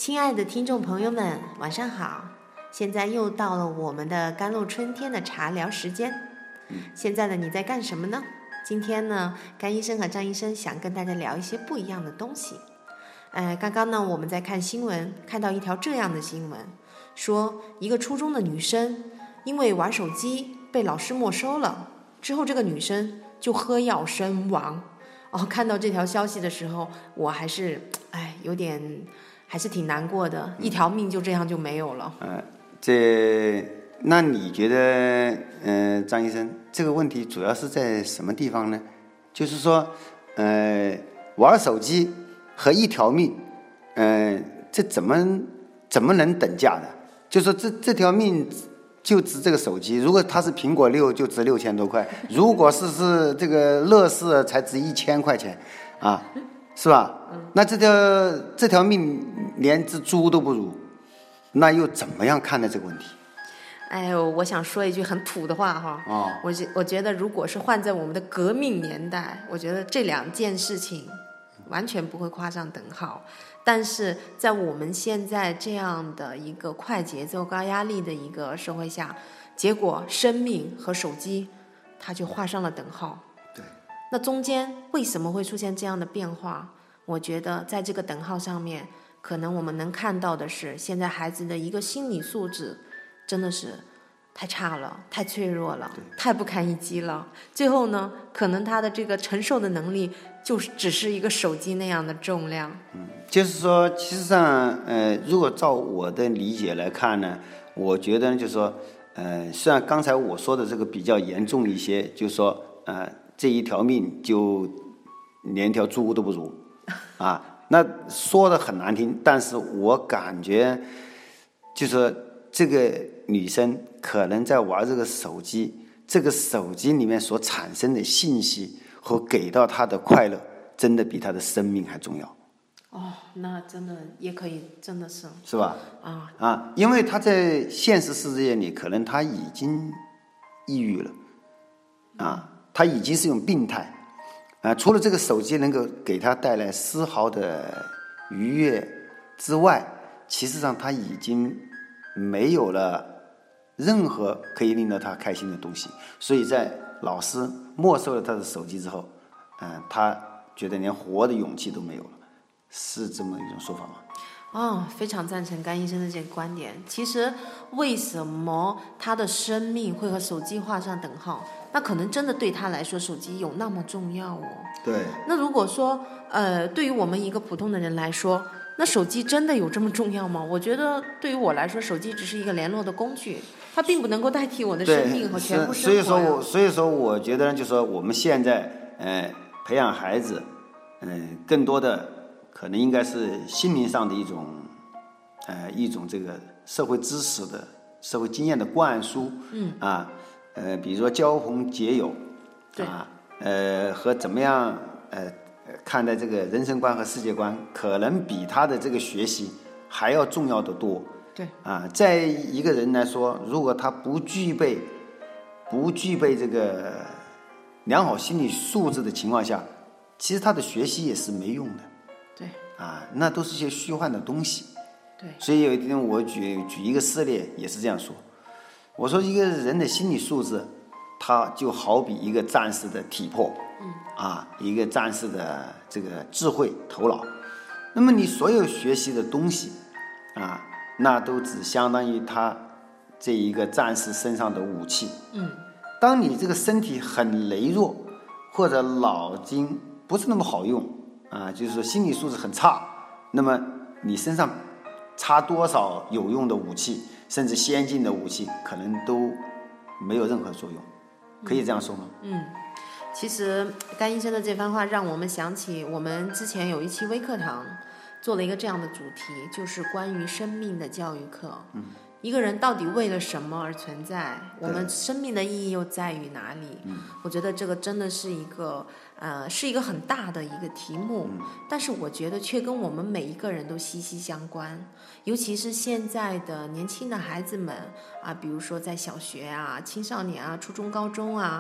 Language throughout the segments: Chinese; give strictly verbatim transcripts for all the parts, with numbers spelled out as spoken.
亲爱的听众朋友们，晚上好！现在又到了我们的甘露春天的茶聊时间。现在的你在干什么呢？今天呢，甘医生和张医生想跟大家聊一些不一样的东西。呃，刚刚呢，我们在看新闻，看到一条这样的新闻，说一个初中的女生因为玩手机被老师没收了，之后这个女生就喝药身亡。哦，看到这条消息的时候，我还是哎有点还是挺难过的，一条命就这样就没有了。 呃，这那你觉得，嗯、呃，张医生，这个问题主要是在什么地方呢？就是说，呃，玩手机和一条命，嗯、呃，这怎么怎么能等价的？就说这这条命就值这个手机，如果它是苹果六就值六千多块，如果是是这个乐视才值一千块钱，啊，是吧？那这条这条命连只猪都不如，那又怎么样看待这个问题？ 哎呦，我想说一句很土的话哈， 哦， 我觉我觉得如果是换在我们的革命年代，我觉得这两件事情完全不会画上等号。但是在我们现在这样的一个快节奏、高压力的一个社会下，结果生命和手机它就画上了等号。 对， 那中间为什么会出现这样的变化？我觉得在这个等号上面，可能我们能看到的是，现在孩子的一个心理素质真的是太差了，太脆弱了，太不堪一击了。最后呢，可能他的这个承受的能力就是只是一个手机那样的重量。 嗯，就是说，其实上，呃，如果照我的理解来看呢，我觉得就是说，呃，虽然刚才我说的这个比较严重一些，就是说，呃，这一条命就连条猪都不如，啊，那说的很难听，但是我感觉，就是说这个女生可能在玩这个手机，这个手机里面所产生的信息和给到她的快乐，真的比她的生命还重要。 哦，那真的也可以，真的是是吧？ 啊啊，因为她在现实世界里，可能她已经抑郁了，啊，她已经是一种病态，啊，除了这个手机能够给她带来丝毫的愉悦之外，其实上她已经没有了任何可以令到她开心的东西，所以在老师没收了她的手机之后，嗯，她觉得连活的勇气都没有了。是这么一种说法吗？ 哦，非常赞成甘医生的这个观点。其实为什么他的生命会和手机画上等号？那可能真的对他来说，手机有那么重要哦。 对。 那如果说，呃，对于我们一个普通的人来说，那手机真的有这么重要吗？我觉得对于我来说，手机只是一个联络的工具，它并不能够代替我的生命和全部生活。 所以说我，所以说，我觉得就是说，我们现在，呃，培养孩子，嗯、呃，更多的。可能应该是心灵上的一种，呃，一种这个社会知识的、社会经验的灌输， 嗯啊，呃，比如说交朋结友，啊，呃，和怎么样，呃，看待这个人生观和世界观，可能比他的这个学习还要重要得多。 对， 啊，在一个人来说，如果他不具备、不具备这个良好心理素质的情况下，其实他的学习也是没用的。 对啊，那都是些虚幻的东西。 对， 所以有一天我举举一个事例，也是这样说。我说一个人的心理素质，他就好比一个战士的体魄， 嗯， 啊，一个战士的这个智慧头脑。那么你所有学习的东西，啊，那都只相当于他这一个战士身上的武器。 嗯， 当你这个身体很羸弱，或者脑筋不是那么好用。啊，就是说心理素质很差，那么你身上插多少有用的武器，甚至先进的武器，可能都没有任何作用，可以这样说吗？ 嗯，其实甘医生的这番话让我们想起我们之前有一期微课堂做了一个这样的主题，就是关于生命的教育课。嗯，一个人到底为了什么而存在？我们生命的意义又在于哪里？嗯，我觉得这个真的是一个呃，是一个很大的一个题目，嗯，但是我觉得却跟我们每一个人都息息相关。尤其是现在的年轻的孩子们啊，比如说在小学啊、青少年啊、初中、高中啊，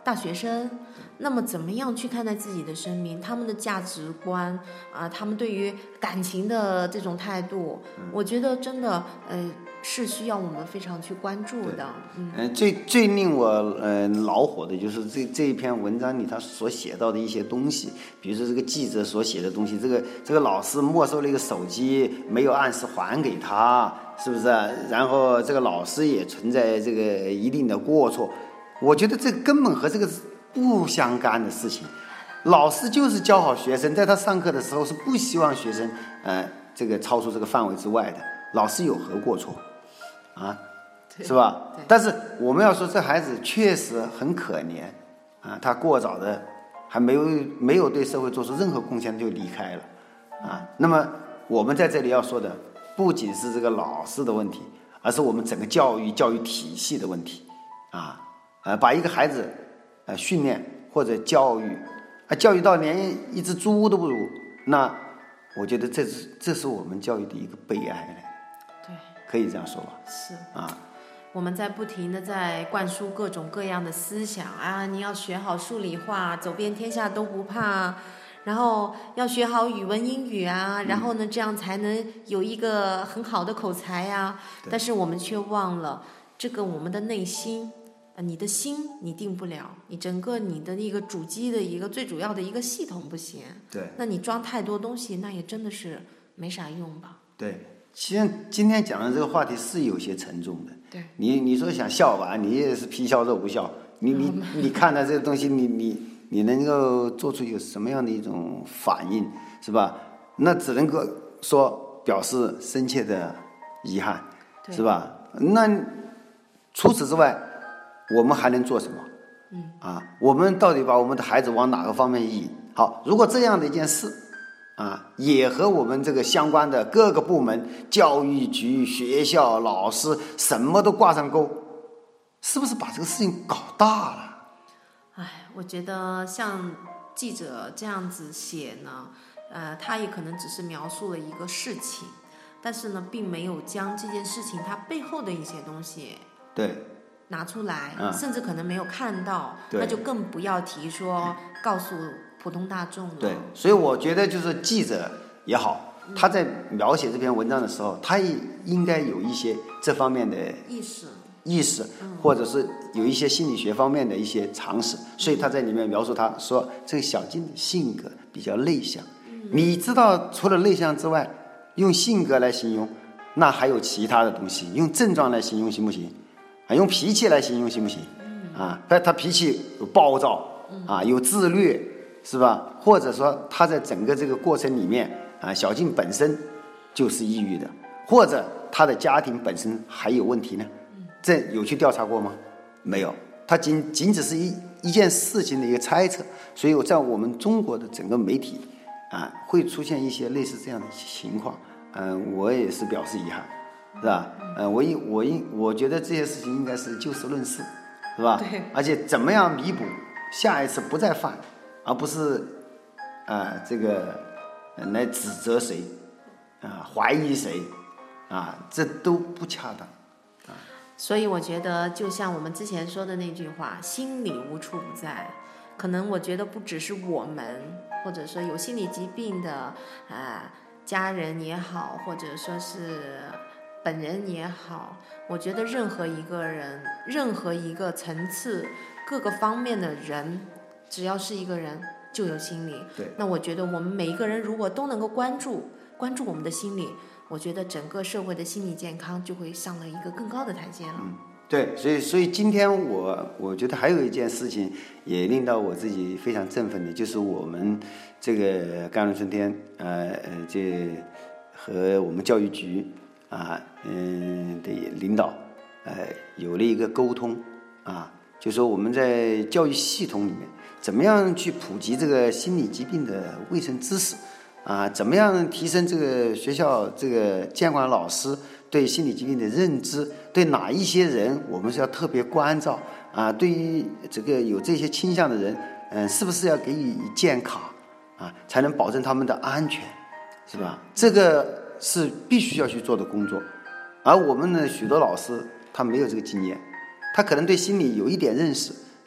大学生，那么怎么样去看待自己的生命？他们的价值观啊、呃，他们对于感情的这种态度，我觉得真的呃是需要我们非常去关注的。嗯、 呃，最最令我呃恼火的就是这这一篇文章里他所写到的一些东西，比如说这个记者所写的东西，这个这个老师没收了一个手机，没有按时还给他，是不是？然后这个老师也存在这个一定的过错，我觉得这根本和这个不相干的事情。老师就是教好学生，在他上课的时候是不希望学生呃这个超出这个范围之外的，老师有何过错啊？是吧？但是我们要说这孩子确实很可怜啊，他过早的还没有没有对社会做出任何贡献就离开了啊。那么我们在这里要说的不仅是这个老师的问题，而是我们整个教育教育体系的问题啊。呃，把一个孩子呃训练或者教育啊，教育到连一只猪都不如，那我觉得这是这是我们教育的一个悲哀了。 对， 可以这样说吧？ 是啊。 我们在不停的在灌输各种各样的思想啊，你要学好数理化，走遍天下都不怕，然后要学好语文英语啊，然后呢，这样才能有一个很好的口才啊。但是我们却忘了，这个我们的内心，呃，你的心你定不了，你整个你的一个主机的一个最主要的一个系统不行。 对。 那你装太多东西，那也真的是没啥用吧？ 对。其实今天讲的这个话题是有些沉重的。 对， 你你说想笑吧，你也是皮笑肉不笑。你你你看到这个东西，你你你能够做出有什么样的一种反应，是吧？那只能够说表示深切的遗憾，是吧？那除此之外，我们还能做什么？嗯啊，我们到底把我们的孩子往哪个方面引？好，如果这样的一件事。啊，也和我们这个相关的各个部门、教育局、学校、老师什么都挂上钩，是不是把这个事情搞大了？ 哎，我觉得像记者这样子写呢，呃，他也可能只是描述了一个事情，但是呢，并没有将这件事情它背后的一些东西对拿出来， 嗯、 甚至可能没有看到，那就更不要提说告诉普通大众了。 对，所以我觉得就是记者也好，他在描写这篇文章的时候，他也应该有一些这方面的意识， 意识，或者是有一些心理学方面的一些常识。所以他在里面描述，他说这个小静的性格比较内向。你知道，除了内向之外，用性格来形容，那还有其他的东西，用症状来形容行不行？啊，用脾气来形容行不行？啊，他脾气有暴躁啊，有自虐。是吧？或者说他在整个这个过程里面啊，小静本身就是抑郁的，或者他的家庭本身还有问题呢？这有去调查过吗？没有，他仅仅只是一一件事情的一个猜测。所以在我们中国的整个媒体啊，会出现一些类似这样的情况。嗯、呃，我也是表示遗憾，是吧？嗯、呃，我应我应我觉得这些事情应该是就事论事，是吧？ 对。 而且怎么样弥补，下一次不再犯。而不是，啊、呃，这个来指责谁，啊、呃，怀疑谁，啊，这都不恰当，啊。 所以我觉得，就像我们之前说的那句话，心理无处不在。可能我觉得不只是我们，或者说有心理疾病的啊、呃、家人也好，或者说是本人也好，我觉得任何一个人，任何一个层次、各个方面的人。只要是一个人就有心理， 对。 那我觉得我们每一个人如果都能够关注关注我们的心理，我觉得整个社会的心理健康就会上了一个更高的台阶了。 嗯，对，所以所以今天我我觉得还有一件事情也令到我自己非常振奋的，就是我们这个甘露春天，呃呃，这和我们教育局啊，嗯的领导，呃，有了一个沟通啊，就说我们在教育系统里面。怎么样去普及这个心理疾病的卫生知识啊？怎么样提升这个学校这个监管老师对心理疾病的认知？对哪一些人我们是要特别关照啊？对于这个有这些倾向的人，嗯、呃，是不是要给予健卡啊，才能保证他们的安全，是吧？这个是必须要去做的工作。而我们呢，许多老师他没有这个经验，他可能对心理有一点认识。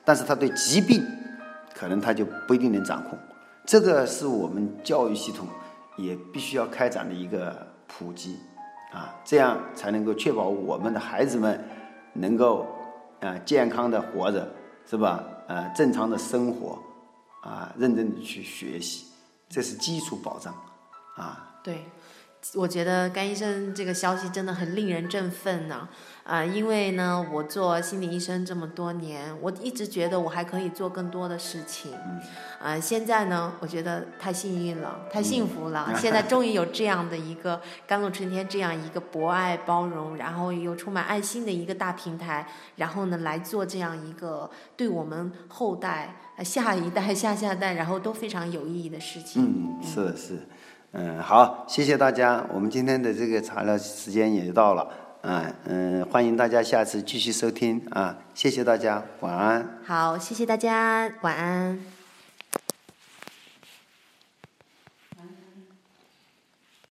但是他对疾病可能他就不一定能掌控。这个是我们教育系统也必须要开展的一个普及啊，这样才能够确保我们的孩子们能够啊健康的活着，是吧？呃，正常的生活啊，认真的去学习，这是基础保障啊。 对。我觉得甘医生这个消息真的很令人振奋呢、啊，呃，因为呢，我做心理医生这么多年，我一直觉得我还可以做更多的事情，呃，现在呢，我觉得太幸运了，太幸福了，嗯、现在终于有这样的一个甘露春天这样一个博爱包容，然后又充满爱心的一个大平台，然后呢，来做这样一个对我们后代、下一代、下下代，然后都非常有意义的事情。 嗯，是是。嗯，好，谢谢大家。我们今天的这个茶聊时间也到了，啊，嗯，欢迎大家下次继续收听啊，谢谢大家，晚安。 好，谢谢大家，晚安。